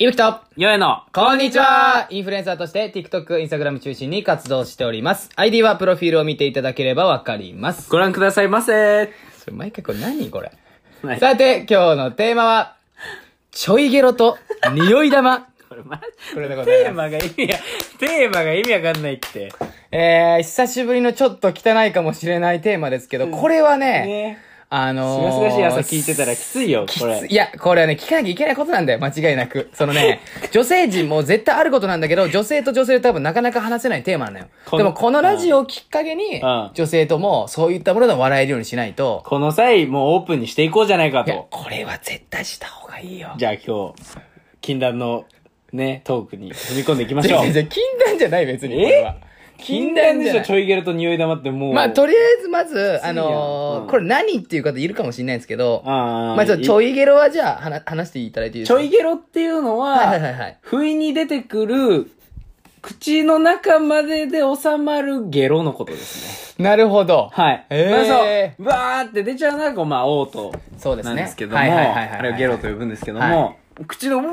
いぶきと、 よえの、 こんにちは。インフルエンサーとして TikTok、Instagram 中心に活動しております。ID はプロフィールを見ていただければわかります。 ご覧くださいませ。 それ毎回これ何これ。 はいさて、今日のテーマは、ちょいゲロと匂い玉。 これこれでございテーマが意味わかんないって。 ます。久しぶりのちょっと汚いかもしれないテーマですけど、これはね、 すがすがしい朝聞いてたらきついよ、これ。 いや、これはね、聞かなきゃいけないことなんだよ、間違いなく。そのね、女性陣も絶対あることなんだけど、女性と女性で多分なかなか話せないテーマなのよ。でもこのラジオをきっかけに、女性ともそういったもので笑えるようにしないと。 この際、もうオープンにしていこうじゃないかいや、 と。 これは絶対した方がいいよ。 じゃあ今日、禁断のね、トークに踏み込んでいきましょう。 じゃ禁断じゃない別に。これは禁断でしょ、ちょいゲロと匂い玉ってもう。 まあ、とりあえずまず、 うんこれ何っていう方いるかもしれないんですけど、 ままあちょっとちょいゲロはじゃあ話していただいていいですか。 ちょいゲロっていうのは、 はいはいはい。 不意に出てくる、口の中までで収まるゲロのことですね。 なるほど。 はい。 へーまあそう、バーって出ちゃうのは、こう、まあ、嘔吐そうですね。 なんですけども、 はいはいはいはい。 あれをゲロと呼ぶんですけどはも、口の、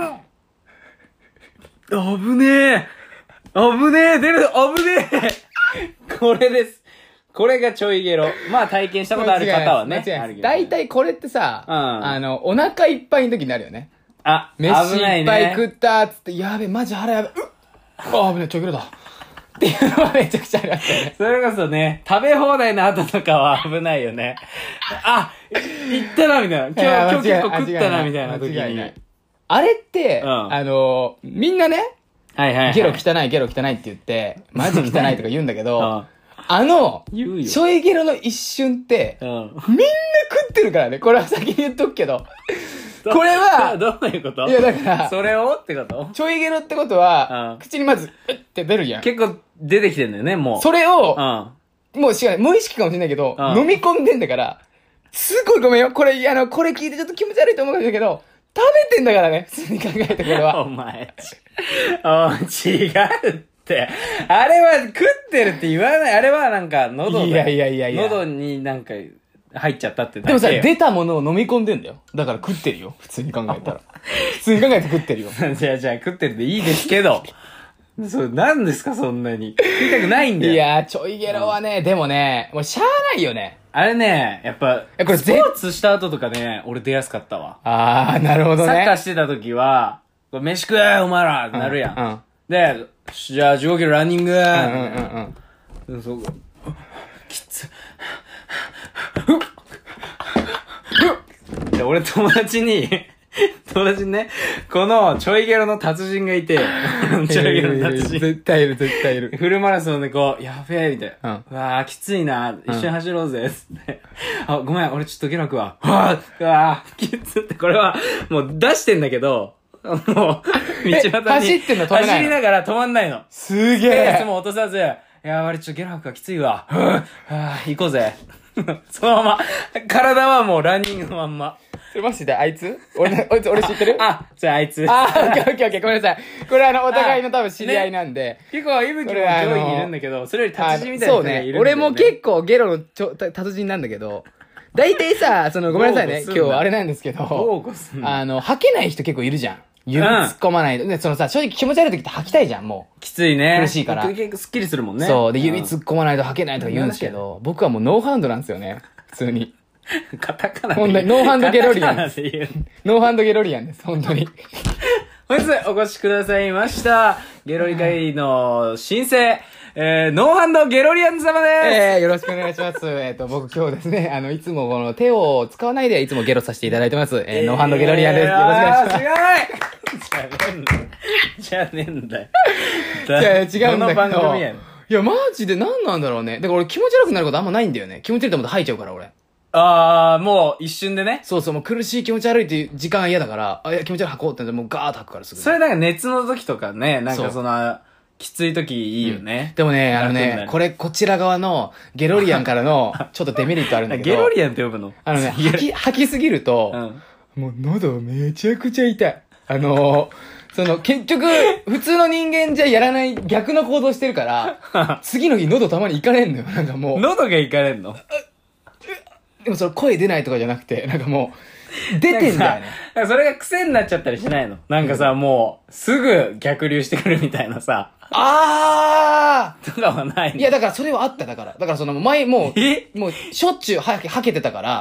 危ねえ危ねえ出る危ねえこれです。これがちょいゲロ。まあ、体験したことある方はね。あるけど大体これってさ、 うんお腹いっぱいの時になるよね。 あ、 飯危ないいっぱいね。 食ったっつって、やべ、マジ腹やべ、あ、危ない、ちょいゲロだ。っていうのはめちゃくちゃありましたよね。 それこそね、食べ放題の後とかは危ないよね。あ、行ったな、みたいな。今日結構食ったな、みたいな時に。 あれって、 うんみんなね、 はいはいはい。 ゲロ汚い、ゲロ汚いって言って、マジ汚いとか言うんだけど、 言うよ。 ちょいゲロの一瞬って、みんな食ってるからね。これは先に言っとくけど。これは、 どういうこといやだからそれをってことちょいゲロってことは、口にまず、って出るじゃん。 結構出てきてんだよね、もう。 それを、 うん。 もう無意識かもしれないけど、飲み込んでんだから、すごいごめんよ。これ聞いてちょっと気持ち悪いと思うんだけど、食べてんだからね。普通に考えてこれは。 お前、違うって。あれは食ってるって言わない。あれはなんか喉いやいやいやいや喉になんか入っちゃったってだけ。 でもさ、出たものを飲み込んでんだよ。だから食ってるよ。普通に考えたら。普通に考えて食ってるよ。 じゃあ食ってるでいいですけど。何ですかそんなに。食いたくないんだよ。 いやー、ちょいゲロはね、でもね、もうしゃーないよね。 あれね、やっぱ、 これスポーツした後とかね、俺出やすかったわ。 あー、なるほどね。 サッカーしてた時は、飯食えお前らってなるやん。で、じゃあ15キロランニングそうきつ。で、俺友達にね、このちょいゲロの達人がいて、ちょいゲロの達人。 絶対いる、絶対いる。 フルマラソンでこう、やべえ、みたいな。うわー、きついな、一緒に走ろうぜ、つって。あ、ごめん、俺ちょっとゲロくわ。うわー、きつって、これは、もう出してんだけど、もう、道端に。 走ってんの止めないの走りながら止まんないの。 すげえ。 ペースも落とさず、いや、俺ちょっとゲロ吐くわ、きついわ。行こうぜ。そのまま、体はもうランニングのまんま。 マジであいつ俺知ってるじゃああいつ。 オッケーオッケーオッケー、ごめんなさい。これお互いの多分知り合いなんで。 結構、いぶきも上位にいるんだけど、それより達人みたいな人がいるんだよね。 そうね。俺も結構ゲロの達人なんだけど、大体さ、ごめんなさいね。今日あれなんですけど、吐けない人結構いるじゃん。指突っ込まないと。で、正直気持ち悪い時って吐きたいじゃん、もう。 きついね。 苦しいから。 結構スッキリするもんね。 そう。で、指突っ込まないと吐けないとか言うんですけど、僕はもうノーハンドなんですよね。普通に。 カタカナほんとに、ノーハンドゲロリアン。ノノーハンドゲロリアンです、本当に。 本日お越しくださいました。ゲロリ会の新生、ノーハンドゲロリアンズ様です。 よろしくお願いします。僕今日ですね、いつもこの手を使わないでいつもゲロさせていただいてます。ノーハンドゲロリアンです。よろしくお願いします。 違いじゃねえんだよ。 違うんだけど。 どの番組やねん。 いや、マジで何なんだろうね。だから俺気持ち悪くなることあんまないんだよね。気持ち悪いと思って吐いちゃうから俺。 もう一瞬でね。 そうそう、もう苦しい気持ち悪いっていう時間が嫌だから、いや気持ち悪い吐こうってなってもうガーッと吐くからすぐ。 それなんか熱の時とかね、なんかきつい時いいよね。 でもね、こちら側のゲロリアンからのちょっとデメリットあるんだけど。 ゲロリアンって呼ぶの吐きすぎると、もう喉めちゃくちゃ痛い。結局、普通の人間じゃやらない逆の行動してるから、次の日喉たまにいかれんのよ。なんかもう。 喉がいかれんのでもそれ声出ないとかじゃなくて、なんかもう、出てんだよね。 なんかそれが癖になっちゃったりしないの？なんかさ、もう、すぐ逆流してくるみたいなさ。とかはないの？ いや、だからそれはあった、だから。だからその前、もう、しょっちゅう吐けてたから、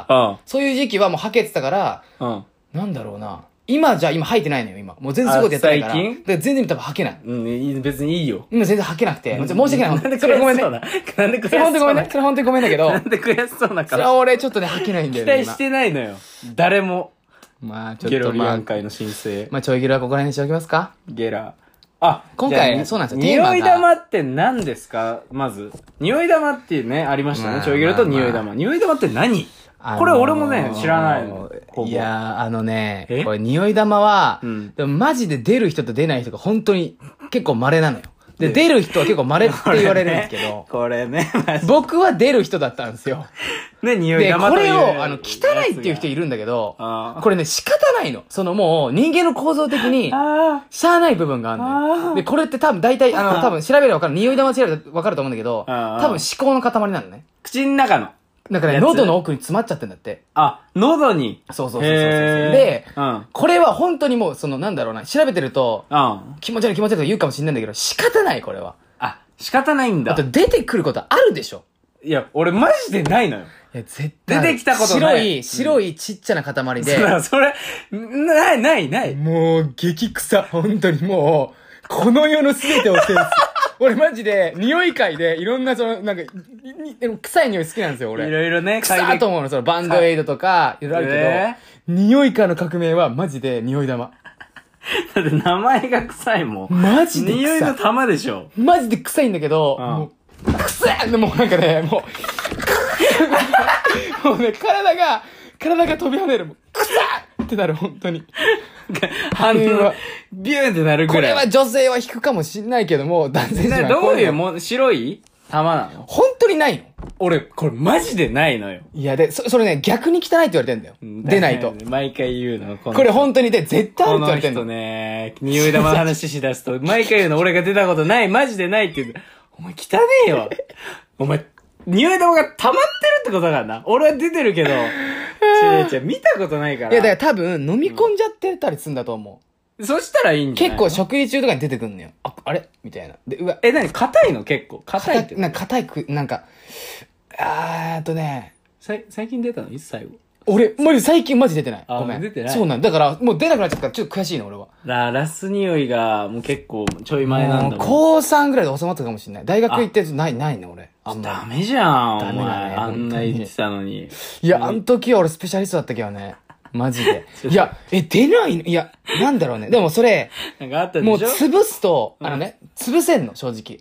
そういう時期はもう吐けてたから、なんだろうな。今吐いてないのよ、今。もう全然そういうことやってないから。最近？だから全然多分吐けない。 別にいいよ。 今全然吐けなくて。申し訳ない。 なんで悔しそうな。なんで悔しそうな。 本当にごめんね。それ本当にごめんだけど。 なんで悔しそうなから。 それは俺ちょっとね、吐けないんだよね。 期待してないのよ。誰も。 まあちょっと。 ゲロリアン会の申請。 まあちょいゲロはここら辺にしておきますか？ ゲラ。 今回、そうなんですよ。 匂い玉って何ですか？まず。匂い玉っていうね、ありましたね。ちょいゲロと匂い玉。匂い玉って何？これ俺もね、知らないの。 いやこれ匂い玉は、でもマジで出る人と出ない人が本当に結構稀なのよ。で、出る人は結構稀って言われるんですけど。 これね。 僕は出る人だったんですよ。 ね、匂い玉という。 で、これを、汚いっていう人いるんだけど、これね、仕方ないの。もう、人間の構造的に、しゃあない部分があるのよ。で、これって多分大体、多分調べればわかる。匂い玉調べればわかると思うんだけど、多分思考の塊なのね。 口の中の。 なんかね、喉の奥に詰まっちゃってんだって。 喉に。 そう。で、これは本当にもう、なんだろうな、調べてると、気持ち悪いとか言うかもしれないんだけど、仕方ない、これは。 仕方ないんだ。 あと出てくることあるでしょ。 いや、俺マジでないのよ。 いや、絶対。 出てきたことない。 白いちっちゃな塊で。 それ、ない。 もう、激臭。本当にもう、この世の全てを制す。俺マジで、匂い界でいろんななんか、臭い匂い好きなんですよ、俺。 いろいろね、 臭いと思うの、バンドエイドとか、いろいろあるけど、匂い界の革命はマジで匂い玉。 だって名前が臭いもん。 マジで臭い。 匂いの玉でしょ。 マジで臭いんだけど、もう、臭い！もうなんかね、もうね、体が飛び跳ねる。もう臭いってなる、本当に。 反応は、ビューンってなるぐらい。 これは女性は引くかもしんないけども、男性じゃない。 どういうもん、白い玉なの？ 本当にないの？ 俺、これマジでないのよ。 いや、で、それね、逆に汚いって言われてんだよ。出ないと。 毎回言うの。 これ本当に絶対あるって言われてんの。 この人ね、匂い玉の話しだすと、毎回言うの俺が出たことない、マジでないって言うと、お前汚ねえよ。お前、匂い玉が溜まってるってことだからな。俺は出てるけど、見たことないから。 いや、だから多分、飲み込んじゃってたりするんだと思う。そしたらいいんじゃない？ 結構食事中とかに出てくんのよ。あれみたいな。で、うわ。 何硬いの結構。硬いって。 硬いなんか、 最近出たのいつ最後？ 俺、最近マジ出てない。ごめん。 出てない？ そうなんだから、もう出なくなっちゃったから、ちょっと悔しいの、俺は。 ラス匂いが、もう結構、ちょい前なんだもん。 高3ぐらいで収まったかもしれない。大学行ってないね、俺。 ダメじゃん、お前。あんな言ってたのに。 いや、あの時は俺スペシャリストだったけどね。マジで。いや、出ないの？いや、なんだろうね。でもそれ、 なんかあったでしょ？ もう潰すと、潰せんの、正直。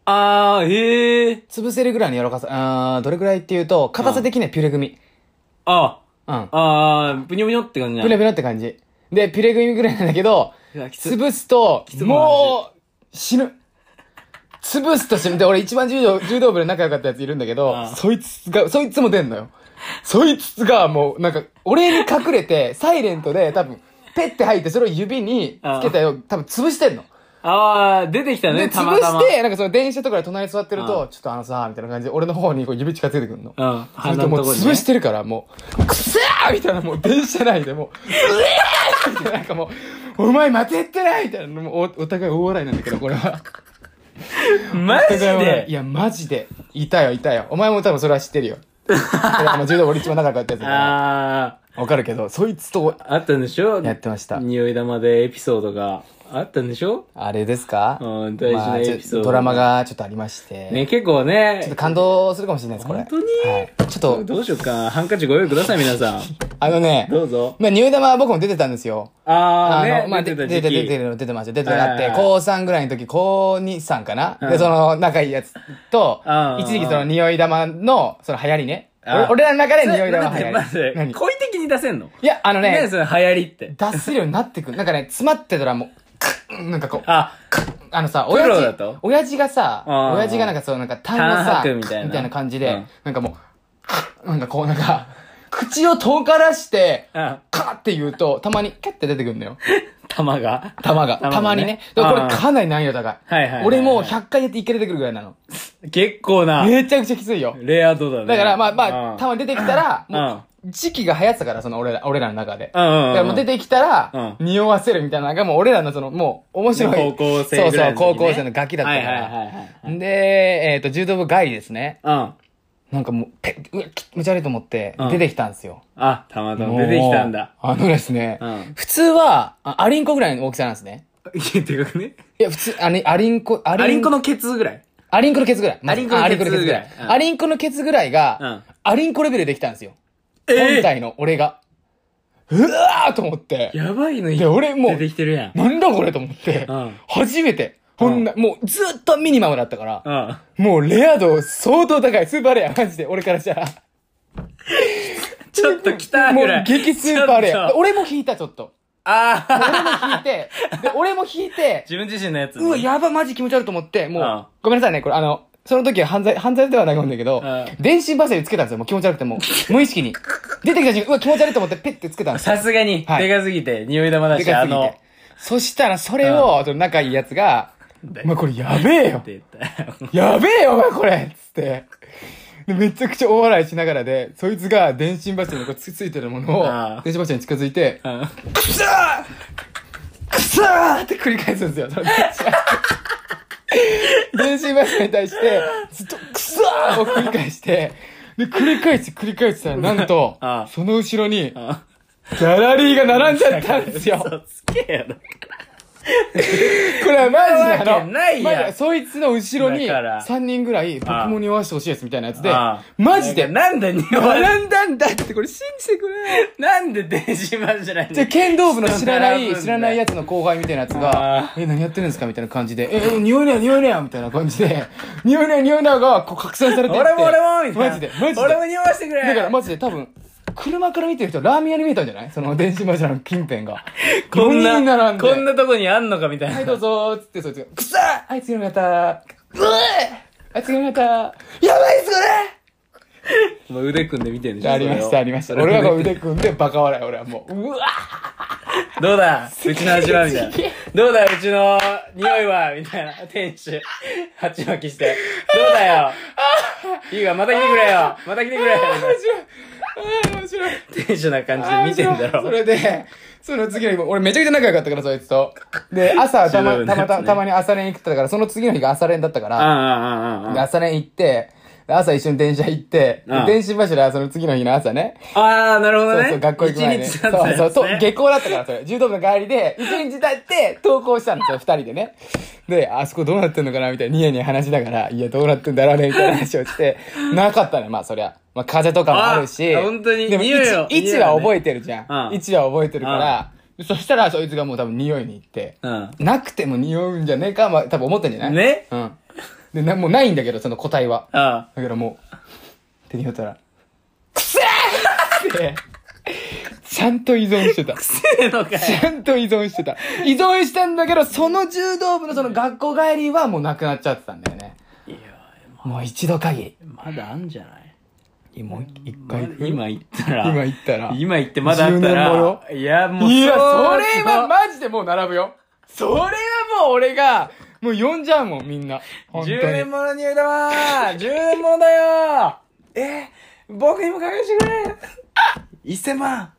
潰せるぐらいの柔らかさ。どれぐらいっていうと、硬さ的にはピュレ組。 ブニョブニョって感じブニョブニョって感じ。で、ピュレ組ぐらいなんだけど、潰すと、もう、死ぬ。潰すと死ぬ。で、俺一番柔道部で仲良かったやついるんだけど、そいつも出んのよ。そいつがもう、なんか、俺に隠れて、サイレントで多分、ペッて入って、それを指につけたよ、多分潰してんの。 出てきたね、 たまたま。潰して、なんかその電車とかで隣に座ってると、ちょっとみたいな感じで、俺の方にこう指近づいてくるの。それともう潰してるから、もう、くせーみたいな、もう電車内でもう、うえーみたいな、なんかもう、お前待てってないみたいな、もうお互い大笑いなんだけど、これは。 マジで？ いや、マジで。いたよ。お前も多分それは知ってるよ。柔道俺一番仲良かったやつだから。わかるけど、そいつと。 あったんでしょ？ やってました。 匂い玉でエピソードが。あったんでしょ？ あれですか？ 大事なエピソード。 ドラマがちょっとありまして。 ね、結構ね。 ちょっと感動するかもしれないです、これ。 本当に？ はい。ちょっと。 どうしようか。ハンカチご用意ください、皆さん。どうぞ。 匂い玉は僕も出てたんですよ。 出てました。出てあって、高3ぐらいの時、高2、3かな？で、その仲いいやつと、一時期その匂い玉の、その流行りね。俺らの中で匂い玉流行り。 何？好意的に出せんの？ いや、 ね、それ流行りって。 出せるようになってくる。なんかね、詰まってたらもう、なんかこう。さ、親父がさ、親父がなんかそう、なんか痰をさ、みたいな感じで、なんかもう、なんかこうなんか、口を遠からして、カーって言うと、たまにキャって出てくるんだよ。 玉が。 たまにね。でもこれかなり難易度高い。 はいはい。 俺もう100回やって1回出てくるぐらいなの。 結構な。 めちゃくちゃきついよ。 レア度だね。 だからまあ、たまに出てきたら、もう時期が流行ってたから、その俺らの中で。だからもう出てきたら、匂わせるみたいなのがもう俺らのその、もう面白い。 高校生ぐらいの時ね。 そうそう、高校生のガキだったから。で、柔道部帰りですね。なんかもう、うわ、気持ち悪いと思って、出てきたんですよ。 あ、たまたま出てきたんだ。 ですね、普通は、アリンコぐらいの大きさなんですね。 いや、でかくね。 いや、普通、アリンコのケツぐらい。 アリンコのケツぐらい。 アリンコのケツぐらい。 アリンコのケツぐらいが、アリンコレベルでできたんですよ。本体の俺が。うわーと思って。 やばいので、俺もう、 出てきてるやん。 なんだこれと思って、初めて。もうずっとミニマムだったから、もうレア度相当高い、スーパーレア、マジで、俺からしたら。 ちょっと来たぐらい。 もう激スーパーレア。俺も引いた、ちょっと。俺も引いて、 自分自身のやつ。 うわ、やば、マジ気持ち悪いと思って、もう、ごめんなさいね、これその時は犯罪ではないんだけど、電信柱につけたんですよ、もう気持ち悪くて、もう、無意識に。出てきた瞬間、うわ、気持ち悪いと思って、ペッてつけたんです。 さすがに、でかすぎて、匂い玉だし、 そしたら、それを、仲いいやつが、お前これやべえよ。やべえよ、お前これつって。で、めちゃくちゃ大笑いしながらで、そいつが電信柱についてるものを、電信柱に近づいて、くそーくそーって繰り返すんですよ、その電信柱に対して、ずっとくそーを繰り返して、で、繰り返したら、なんと、その後ろに、ギャラリーが並んじゃったんですよ。 すげえよ。 これはマジでないや。 そいつの後ろに3人ぐらい僕も匂わせてほしいですみたいなやつで、マジで。 なんで匂わせ並んだんだってこれ信じてくれ。 なんで電子版じゃないの？ じゃ剣道部の知らないやつの後輩みたいなやつが、何やってるんですかみたいな感じで、匂いねやみたいな感じで、匂いねやがこう拡散されてって。 俺もみたいな。 マジで。 俺も匂わせてくれ。 だからマジで多分、車から見てる人ラーメン屋に見えたんじゃないその電子柱の近辺が。 こんなとこにあんのかみたいな。 はいどうぞーつってそいつが、くそーあいつにもやったーあいつにもやったーやばいっすこれもう腕組んで見てんでしょありました。俺はこう腕組んでバカ笑い、俺はもう。うわどうだうちの味はみたいな。どうだうちの匂いはみたいな。店主、鉢巻きして。どうだよいいわ、また来てくれよまた来てくれ面白い。 店主な感じで見てんだろ。 それで、その次の日、俺めちゃくちゃ仲良かったから、そいつと。で、朝、たまに朝練行ってたから、その次の日が朝練だったから、で朝練行って、朝一緒に電車行って、電信柱はその次の日の朝ね。 なるほどね。 そう、学校行く前に。そう、下校だったから、それ。柔道部の帰りで、一日経って登校したんですよ、二人でね。で、あそこどうなってんのかなみたいな、ニヤニヤ話しながら、いや、どうなってんだろうね、みたいな話をして、なかったね、まあ、そりゃ。まあ、風とかもあるし。 本当に。 でも、位置は覚えてるじゃん。位置は覚えてるから、そしたら、そいつがもう多分匂いに行って、なくても匂うんじゃねえか、まあ、多分思ったんじゃないね。 で、もうないんだけど、その個体は。だからもう、手に取ったら、くせーって、ちゃんと依存してた。 くせーのかい。 ちゃんと依存してた。依存したんだけど、その柔道部のその学校帰りはもうなくなっちゃってたんだよね。いやもう一度限り。 まだあんじゃないもう一回今行ったら。今行ってまだあったら。いや、もう。 いや、それはマジでもう並ぶよ。それはもう俺が、もう呼んじゃうもん、みんな。 10年もの匂いだわー !10 年ものだよ僕にも返してくれ !1000 万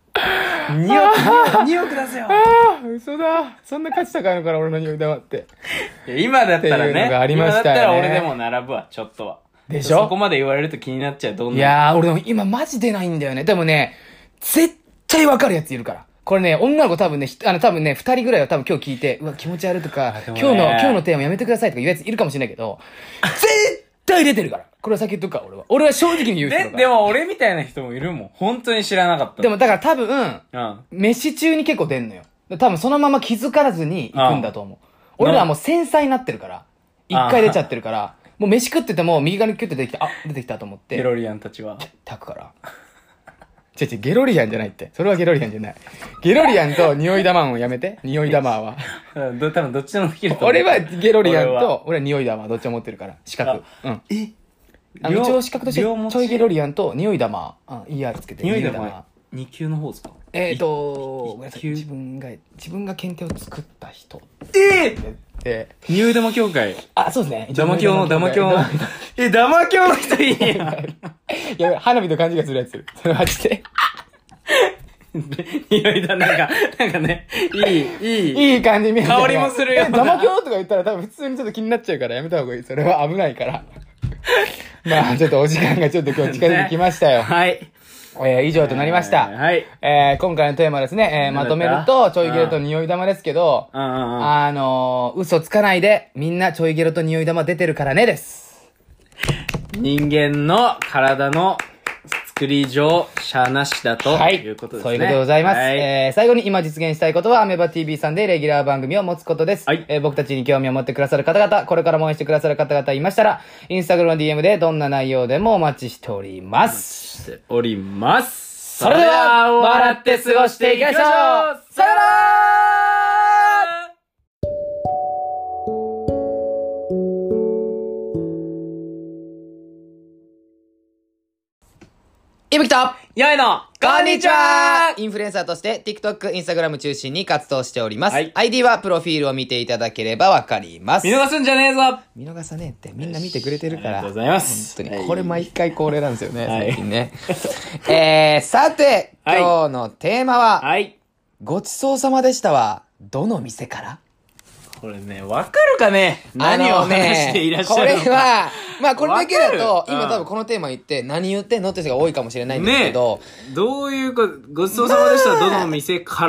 !2 億出せよ嘘だ。そんな価値高いのかな、俺の匂い玉って。 今だったらね。 ありましたよね。 今だったら俺でも並ぶわ、ちょっとは。 でしょそこまで言われると気になっちゃう、どんな。 いやー、俺でも今マジ出ないんだよね。でもね、絶対わかるやついるから。これね、女の子多分ね、多分ね、二人ぐらいは多分今日聞いて、うわ、気持ち悪いとか、今日のテーマやめてくださいとか言うやついるかもしれないけど、絶対出てるから。これは先言っとくから、俺は正直に言う人だから。 でも俺みたいな人もいるもん。本当に知らなかった。 でもだから多分、飯中に結構出んのよ。多分そのまま気づかずに行くんだと思う。俺らはもう繊細になってるから、一回出ちゃってるから、もう飯食ってても右側にキュッて出てきて、出てきたと思って。 ゲロリアンたちは。 炊くから。ゲロリアンじゃないって。それはゲロリアンじゃない。ゲロリアンと匂い玉をやめて。匂い玉は。 多分どっちでもできると思う。 俺はゲロリアンと、俺は匂い玉はどっちも持ってるから。資格。一応資格として、ちょいゲロリアンと匂い玉、ER つけて。 匂い玉2級の方ですかごめんなさい。自分が検定を作った人。 匂い玉協会。 あ、そうですね。 玉響の。玉響の人いいやん。 やべ、花火と感じがするやつ。それマジで。 匂いだ、なんかね、 いい感じ見える。 香りもするよ。 玉響とか言ったら多分普通にちょっと気になっちゃうからやめた方がいい。それは危ないから。まあ、ちょっとお時間がちょっと今日近づいてきましたよ。 はい。 以上となりました。 はい。 今回のテーマですね、まとめると、ちょいゲロと匂い玉ですけど、嘘つかないで、みんなちょいゲロと匂い玉出てるからねです。 人間の体の作り上、しゃーなしだということですね。 そういうことでございます。はい、最後に今実現したいことは、アメバ TV さんでレギュラー番組を持つことです。はい、僕たちに興味を持ってくださる方々、これからも応援してくださる方々いましたら、インスタグラムの DM でどんな内容でもお待ちしております。 しております。 それでは、笑って過ごしていきましょう。さよなら。いぶきと、 よいの、 こんにちは。インフルエンサーとして TikTok、Instagram 中心に活動しております。はい、ID はプロフィールを見ていただければわかります。 見逃すんじゃねえぞ。 見逃さねえってみんな見てくれてるから。 ありがとうございます。 本当に。これ毎回恒例なんですよね、最近ね。さて、今日のテーマは、はい。ごちそうさまでしたは、どの店から？ これね、わかるかね？何を話していらっしゃるのか。 これは、まあこれだけだと、今多分このテーマ言って、何言ってんのって人が多いかもしれないんですけど。 ね、どういうごちそうさまでした、どの店から。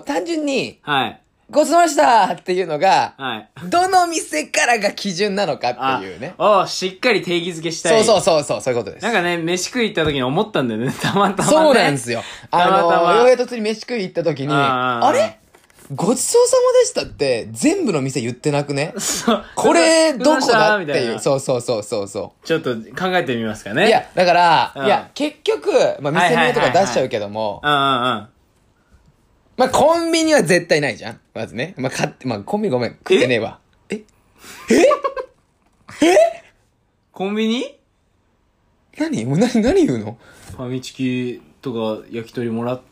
単純に、 はい。 ごちそうさまでしたっていうのが、 はい。 どの店からが基準なのかっていうね。 しっかり定義づけしたい。 そういうことです。 なんかね、飯食い行った時に思ったんだよね、たまたま、ね。 そうなんですよ。洋平と釣り飯食い行った時に、あれごちそうさまでしたって、全部の店言ってなくねこれ、どこだっていう。そう。ちょっと考えてみますかね。 いや、だから、いや、結局、まあ、店名とか出しちゃうけども、まあ、コンビニは絶対ないじゃん。まずね。まあ、コンビニごめん、食ってねえわ。 コンビニ？ 何言うの？ ファミチキとか焼き鳥もらって、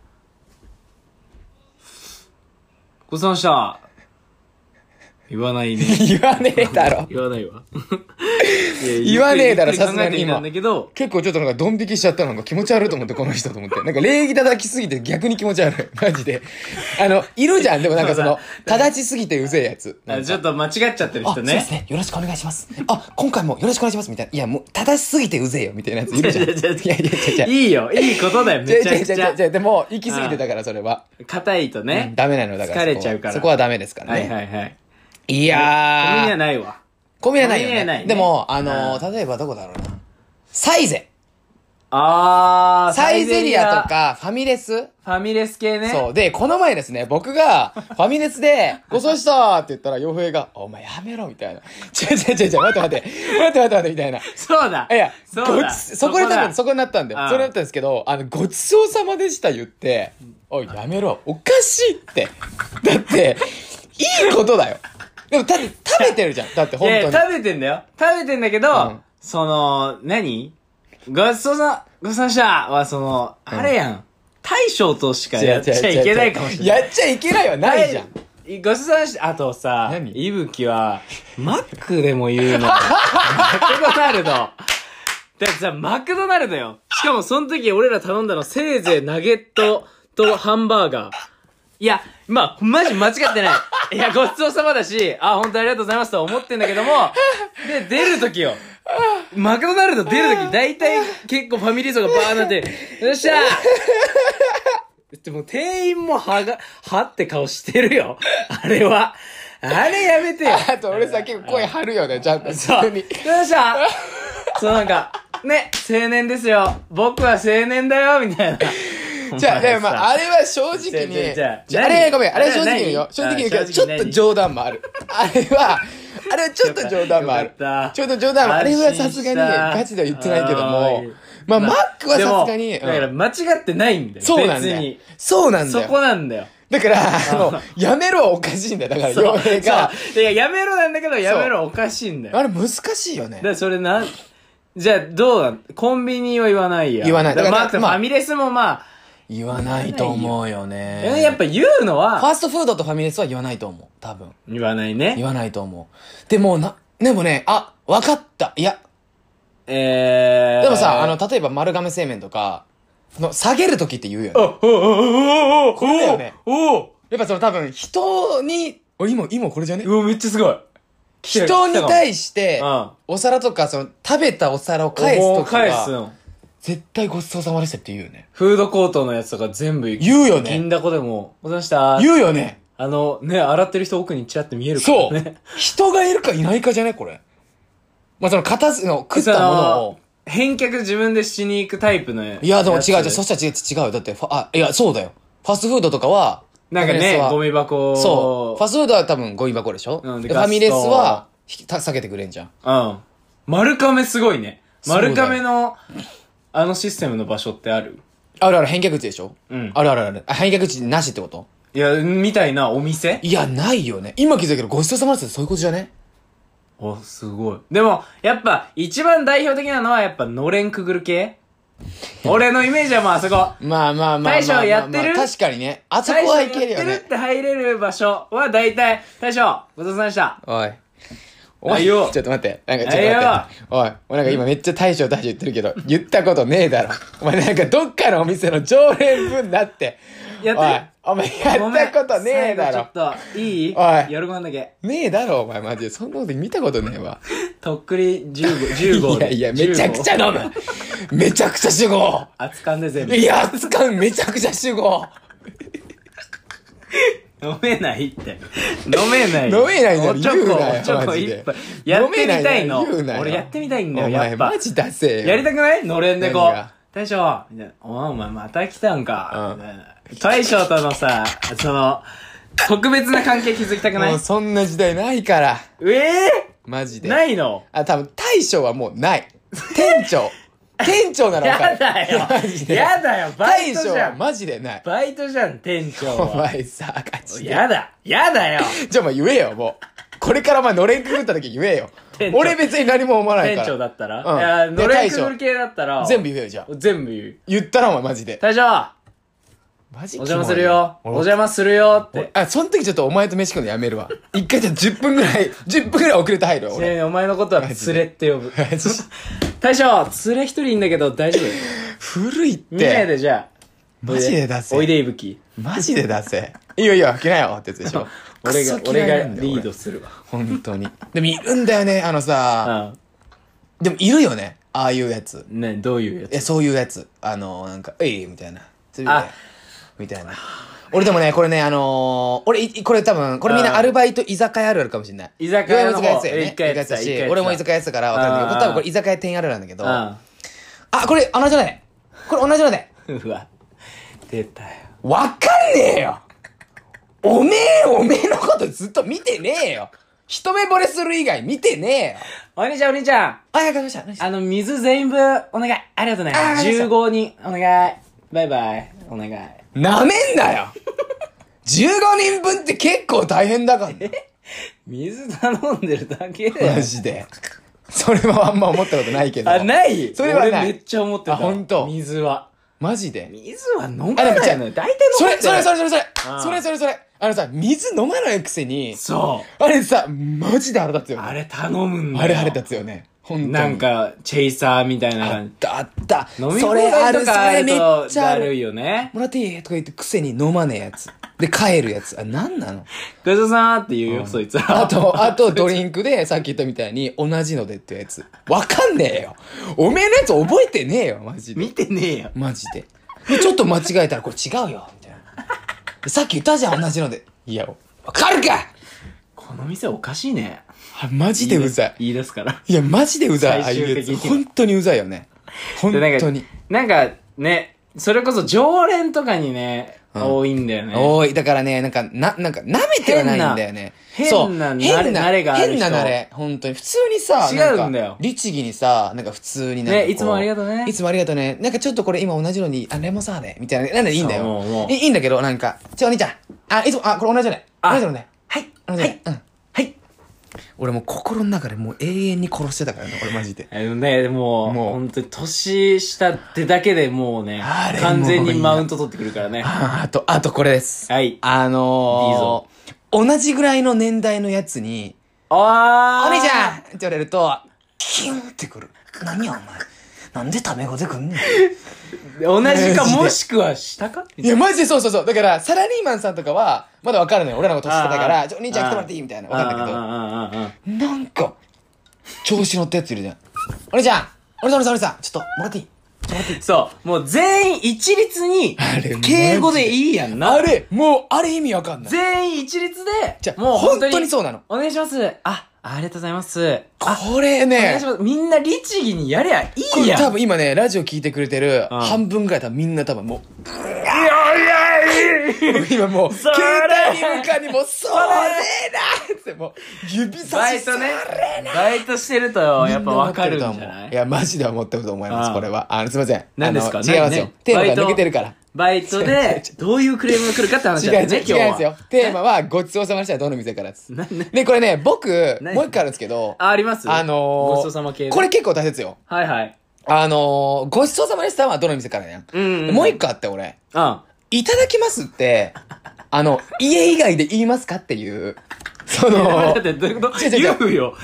ごちそうさまでした。言わないね。 言わねえだろ。 言わないわ。 言わねえだろ、さすがに今。 結構ちょっとなんかドン引きしちゃったのが気持ち悪いと思って、この人と思って。なんか礼儀叩きすぎて逆に気持ち悪い。マジで。いるじゃん。でもなんか正しすぎてうぜえやつ。 ちょっと間違っちゃってる人ね。そうですね。よろしくお願いします。今回もよろしくお願いします。みたいな。いや、もう正しすぎてうぜえよ。みたいなやついるじゃん。 いいよ。いいことだよ。めちゃくちゃ。 でも、行き過ぎてたから、それは。 硬いとね。 ダメなのだから。 疲れちゃうから。 そこはダメですからね。 はい。 いやー。 コンビニはないわ。 コンビニはないよね。でも、例えばどこだろうな。サイゼ。サイゼリアとか、ファミレス？ ファミレス系ね。 そう。で、この前ですね、僕が、ファミレスで、ごちそうしたーって言ったら、洋平が、お前やめろ、みたいな。待って、みたいな。 そうだ。 いや、そこになったんだよ。それだったんですけど、ごちそうさまでした言って、おい、やめろ。おかしいって。だって、いいことだよ。でも、食べてるじゃん。だって本当に。 いや、食べてんだよ。食べてんだけど、何ごちそうさまでしたは、あれやん。大将としかやっちゃいけないかもしれない。 やっちゃいけないはないじゃん。 ごちそうさまでした。あとさ、いぶきは、マックでも言うの。マクドナルド。だってさ、マクドナルドよ。しかもその時俺ら頼んだのせいぜいナゲットとハンバーガー。いや、マジ間違ってない。いや、ごちそうさまだし、本当ありがとうございますと思ってんだけども、で、出るときよ。マクドナルド出るとき、だいたい結構ファミリー層がバーなって、よっしゃーでも店員もはって顔してるよ。あれは。あれやめてよ。 あと俺さ、結構声張るよね、ちゃんと。 そう。よっしゃそうなんか、ね、青年ですよ。僕は青年だよ、みたいな。 じゃあ、でもあれは正直に、あれは正直に言うよ。正直に言うけど、ちょっと冗談もある。あれはちょっと冗談もある。ちょっと冗談もあれはさすがにガチでは言ってないけども、マックはさすがに。 だから間違ってないんだよ。 そうなんだよ。そうなんだよ。 そこなんだよ。 だから、やめろはおかしいんだよ。だから、洋平が。 いや、やめろなんだけど、やめろはおかしいんだよ。 あれ難しいよね。 それじゃあ、どうだコンビニは言わないや。 言わない。 だからファミレスも言わないと思うよね。 やっぱ言うのは、 ファーストフードとファミレスは言わないと思う。多分。 言わないね。 言わないと思う。でもね、わかった。いや。でもさ、例えば丸亀製麺とか、下げるときって言うよね。これだよね。やっぱ多分、人に、今これじゃね？ めっちゃすごい。 人に対して、お皿とか、食べたお皿を返すときは、絶対ごちそうさまでしたって言うよね。 フードコートのやつとか全部言うよね。 銀だこでも、ございました。 言うよね。 洗ってる人奥にチラって見えるからね。 そう。人がいるかいないかじゃねこれ。まあ、食ったものを。 返却自分でしに行くタイプのやつ。 いや、でも違う。そしたら違う。だって、いや、そうだよ。ファストフードとかは、 なんかね、ゴミ箱。 そう。ファストフードは多分ゴミ箱でしょ？で、ファミレスは、避けてくれんじゃん。 うん。丸亀すごいね。丸亀の、システムの場所ってある？ ある、返却口でしょ？ うん。 ある。返却口なしってこと？ いや、みたいなお店？ いや、ないよね。今気づいたけど、ごちそうさまですってそういうことじゃね？ すごい。でも、やっぱ、一番代表的なのは、やっぱ、のれんくぐる系俺のイメージはあそこ。 まあ。 大将やってる？ 確かにね。あそこはいけるよね。 大将やってるって入れる場所は、大体、大将、ごちそうさまでした。 おい、ちょっと待って。おい、今めっちゃ大将言ってるけど、言ったことねえだろ。お前どっかのお店の常連分だって。お前やったことねえだろ。 ちょっと、いい？ おい。 喜んだけ。 ねえだろ、お前マジで。そんなこと見たことねえわ。 とっくり15で。 いや、めちゃくちゃ飲む。めちゃくちゃ集合。 熱燗で全部。 いや、熱燗めちゃくちゃ集合。 飲めないって。飲めないんだよ。 おちょこ一杯。やってみたいの。俺やってみたいんだよ、やっぱ。 マジ出せよ。 やりたくない？のれんでこう。大将みたいな。お前また来たんか。大将とのさ、特別な関係築きたくない？ もうそんな時代ないから。マジで。 ないの？ 多分大将はもうない。店長なら分かる。 やだよ。やだよ、バイトじゃん。 大将はマジでない。 バイトじゃん、店長は。 お前さ、ガチで。 やだよ。 じゃあお前言えよ、もう。これからのれんくぐった時言えよ。俺別に何も思わないから。 店長だったら？いや、のれんくぐる系だったら。 全部言えよ、じゃあ。 全部言う。 言ったらお前マジで。 大将マジお邪魔するよって。 その時ちょっとお前と飯食うのやめるわ。一回じゃあ10分ぐらい遅れて入るわ、俺。 お前のことは連れって呼ぶ。大将、連れ一人いんだけど大丈夫？ 古いって。 2名でじゃあ。 マジで出せ。 おいでいぶき。 マジで出せ。いいよ、来なよってやつでしょ。 俺がリードするわ。 本当に。でもいるんだよね、でもいるよね、ああいうやつ。 ね、どういうやつ？ そういうやつ。みたいな。みたいな。俺でもね、これね、これ多分、これみんなアルバイト居酒屋あるあるかもしれない。 居酒屋の方一回やったし、俺も居酒屋やってたから分かるんだけど、多分これ居酒屋店あるなんだけど、これ同じので。 うわ、出たよ。 わかんねえよ。おめえのことずっと見てねえよ。一目惚れする以外見てねえよ。 お兄ちゃん。 わかりました。 水全部お願い。ありがとうね。15人お願い。バイバイ。お願い。 なめんなよ。15人分って結構大変だからね。 水頼んでるだけだよ。 マジで。それはあんま思ったことないけど。 ない？ それはない。 俺めっちゃ思ってた。 ほんと？ 水は。 マジで？ 水は飲まないのよ。大体飲まない。 それ。水飲まないくせに。 そう。 あれさ、マジで腹立つよね。 あれ頼むんだよ。 あれ腹立つよね。ほんとに。 なんか、チェイサーみたいな感じ。 あった。 飲み放題とかあるとだるいよね。 もらっていいとか言ってくせに飲まねえやつ。で、帰るやつ。なんなの？ ごちそうさーって言うよ、そいつら。 あとドリンクで、さっき言ったみたいに、同じのでってやつ。わかんねえよ。おめえのやつ覚えてねえよ、マジで。 見てねえよ。 マジで。ちょっと間違えたら、これ違うよ、みたいな。さっき言ったじゃん、同じので。いや、わかるか！ この店おかしいね。 マジでうざい。 言い出すから。 いや、マジでうざい。 最終的に。 本当にうざいよね。本当に。 なんかね、それこそ常連とかにね、多いんだよね。 多い。だからね、舐めてはないんだよね。 変な慣れがある人。 変な慣れ。本当に。普通にさ、 違うんだよ。 律儀にさ、普通にね、いつもありがとうね。 いつもありがとうね。ちょっとこれ今同じのに、レモンサワーで、みたいな。なんでいいんだよ。いいんだけど、お兄ちゃん。いつも、これ同じのね。同じのね。はい。はい。 俺もう心の中でもう永遠に殺してたからね、俺マジで。 ね、もう本当に年下ってだけでもうね、完全にマウント取ってくるからね。 あとこれです。 はい。 同じぐらいの年代のやつに、お兄ちゃんって言われると、キュンってくる。何やお前。なんでタメ語でくんねん。 同じかもしくは下かいや、マジでそう。だから、サラリーマンさんとかは、まだわかるのよ。俺らの年下だから、お兄ちゃん来てもらっていいみたいな。わかるんだけど、なんか、調子乗ったやついるじゃん。お兄ちゃん、お兄さん、ちょっと、もらっていい？ そう。もう全員一律に、敬語でいいやんな。 あれ意味わかんない。 全員一律で、 もう本当にそうなの。 お願いします。ありがとうございます。 これね。 お願いします。みんな律儀にやりゃいいやん。 多分今ね、ラジオ聞いてくれてる半分ぐらい多分みんな多分もう、今もう、携帯に向かにもう、それなってもう、指差しそれなバイトしてるとやっぱわかるんじゃない？ いや、マジで思ってると思います、これは。すいません。 何ですか？ 違いますよ。テーマが抜けてるから。 バイトで、どういうクレームが来るかって話だよね、今日は。 違うんですよ。テーマは、ごちそうさまでした。どの店からです。で、これね、僕、もう一個あるんですけど。 あります？ごちそうさま系。 これ結構大切よ。 はいはい。 ごちそうさまでしたはどの店からやん。もう一個あって、俺。いただきますって、家以外で言いますかっていう。 だってどういうこと？言うよ。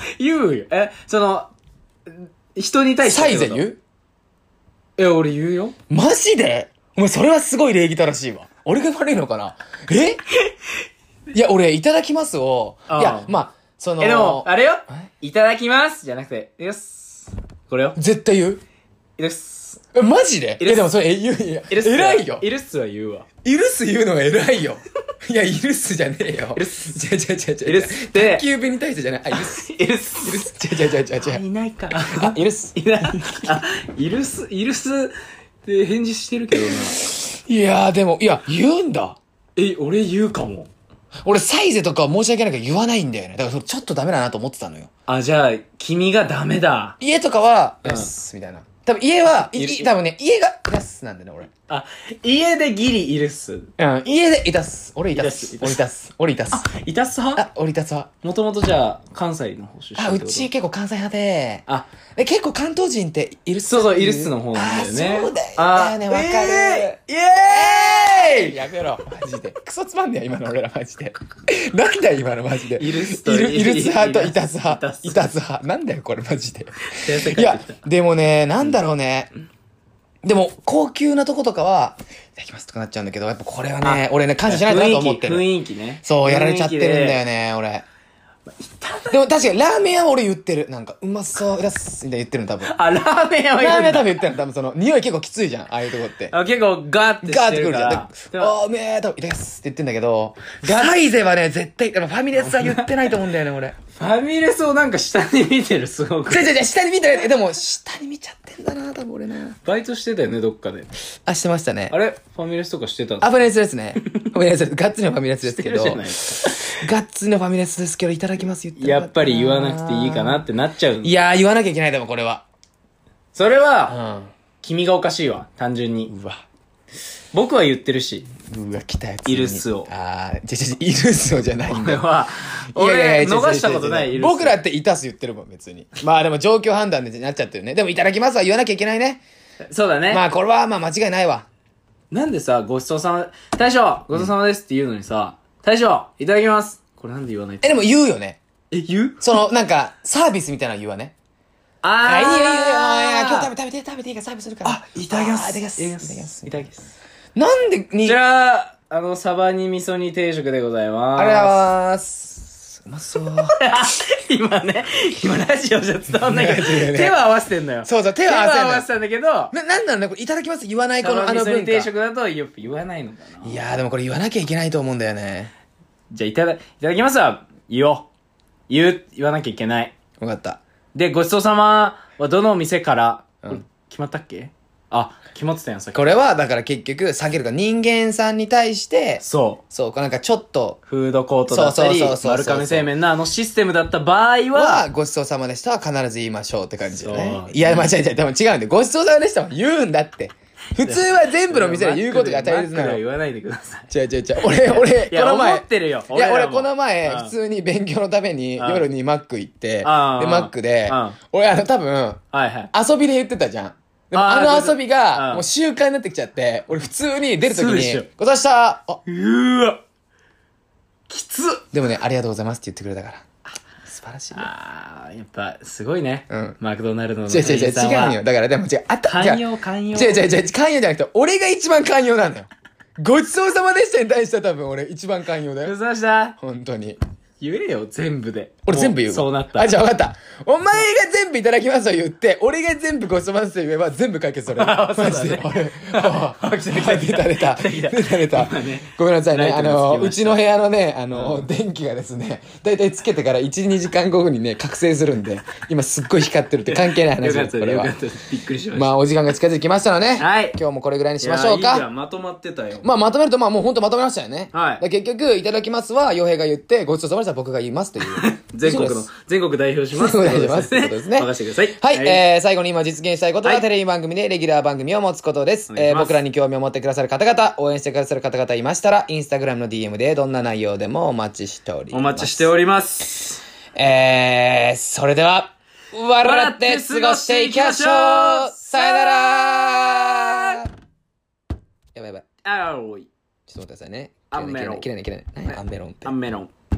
人に対して。 サイゼ言う？ 俺言うよ。 マジで？お前それはすごい礼儀正しいわ。俺が悪いのかな？いや、俺、いただきますを、いや、まあ、 でも、あれよ。いただきますじゃなくて、よし。これよ。 絶対言う？ いるっす。 マジで？でもそれ、言う、いや、偉いよ。 いるっすは言うわ。 いるっす言うのが偉いよ。いや、いるっすじゃねえよ。 いるっす。 違う。いるっすって。宅急便に対してじゃない。いるっす。 いるっす。 いるっす。違う。 いないか。 いるっす。 いない。いるっすって返事してるけどな。 いや、でも、言うんだ。 俺言うかも。 俺、サイゼとか申し訳ないから言わないんだよね。だから、ちょっとダメだなと思ってたのよ。 じゃあ、君がダメだ。 家とかは、よし、みたいな。多分家は、多分ね、家が、いたっすなんでね、俺。 家でギリいるっす。 家でいたっす。俺いたっす。俺いたっす。 いたっす派？ 俺いたっす派。 もともとじゃあ、関西の方出身。 うち結構関西派で。結構関東人っているっす。 そう、いるっすの方なんだよね。 そうだよね、わかる。 イエーイやめろ、マジで。クソつまんねえよ、今の俺らマジで。なんだよ、今のマジで。 いるっす派といたす派。いたす派。なんだよ、これマジで。いや、でもね、なんだろうね。でも、高級なとことかは、いただきますとかなっちゃうんだけど、やっぱこれはね、俺ね、感謝しないとなと思ってる。 雰囲気ね。 そう、やられちゃってるんだよね、俺。でも確かにラーメン屋は俺言ってる。なんか、うまそう、いらっす、みたいな言ってるの多分。 ラーメン屋は言ってる。 ラーメン屋多分言ってるの多分その、匂い結構きついじゃん、ああいうとこって。 結構ガーってしてるから。 ガーってくるじゃん。うめえ、多分、いただきますって言ってんだけど、サイゼはね、絶対、ファミレスは言ってないと思うんだよね、俺。 ファミレスをなんか下に見てる、すごく。 下に見てる。でも、下に見ちゃってんだな、多分俺な。 バイトしてたよね、どっかで。 してましたね。 あれファミレスとかしてたの？ ファミレスですね。ファミレスです。ガッツリのファミレスですけど。 ガッツリのファミレスですけど、いただきます言ってやっぱり言わなくていいかなってなっちゃう。 いやー、言わなきゃいけないでもこれは。 それは、君がおかしいわ、単純に。 うわ。 僕は言ってるし。 来たやつ。 イルスを。 イルスをじゃないんだよ。 俺、逃したことない、 僕らっていたす言ってるもん、別に。まあでも状況判断でなっちゃってるね。でもいただきますは言わなきゃいけないね。 そうだね。 まあこれはまあ間違いないわ。 なんでさ、ごちそうさま、大将ごちそうさまですって言うのにさ、大将いただきますこれなんで言わない？ でも言うよね。 言う？ なんか、サービスみたいなの言うわね。いいよ、今日食べていいからサービスするから。 いただきます。 いただきます。 いただきます。 なんでじゃあ、サバに味噌煮定食でございます。 ありがとうございます。うまそう。 今ラジオじゃ伝わんないけど、手は合わせてんのよ。 そう、手は合わせてんだけど、 なんなんだこれ、いただきます言わないこの味噌煮定食だと言わないのかな。 いやーでもこれ言わなきゃいけないと思うんだよね。 じゃあいただきますは、言わなきゃいけない。 わかった。 で、ごちそうさまはどの店から、決まったっけ？決まってたやん、さっき。 これは、だから結局、下げるか人間さんに対して、 そう、 なんかちょっと、 フードコートだったり、丸亀製麺のシステムだった場合は、 ごちそうさまでしたは必ず言いましょうって感じだね。いや、間違えちゃう。でも違うんで、ごちそうさまでしたは言うんだって。 普通は全部の店で言うことが大切なの。 言わないでください。 違う。俺、 いや、 この前。 思ってるよ。 いや、俺この前、普通に勉強のために夜にマック行って、で、マックで、俺多分、遊びで言ってたじゃん。でも遊びが、もう習慣になってきちゃって、俺普通に出るときに、ござしたわ。きつっ。 でもね、ありがとうございますって言ってくれたから。素晴らしい。 やっぱ、すごいね。マクドナルドの。 違うよ。だからでも違う。 寛容。 寛容じゃなくて、俺が一番寛容なんだよ。ごちそうさまでしたに対しては多分俺一番寛容だよ。 ごちそうさまでした。 本当に。 言えよ、全部で。 俺全部言うわ。 そうなった。 じゃあ分かった。お前が全部いただきますと言って、俺が全部ごちそうさまですと言えば全部解決する。マジで。出た。ごめんなさいね。うちの部屋のね、電気がですね、だいたいつけてから1、2時間後にね、覚醒するんで、今すっごい光ってるって関係ない話です、これは。 びっくりしました。 まあ、お時間が近づいてきましたので、今日もこれぐらいにしましょうか。 いや、まとまってたよ。 まとめると、もうほんとまとめましたよね。結局、いただきますは、洋平が言って、ごちそうさまでした僕が言いますという。 全国代表します。 全国代表します。そうですね。 任せてください。 はい。最後に今実現したいことは、テレビ番組でレギュラー番組を持つことです。僕らに興味を持ってくださる方々、応援してくださる方々いましたら、インスタグラムの DM でどんな内容でもお待ちしております。 お待ちしております。 それでは、笑って過ごしていきましょう。さよなら。やばい。 あーおい。 ちょっと待ってくださいね。 アンメロン。 切れない。何アンメロンって。 アンメロン。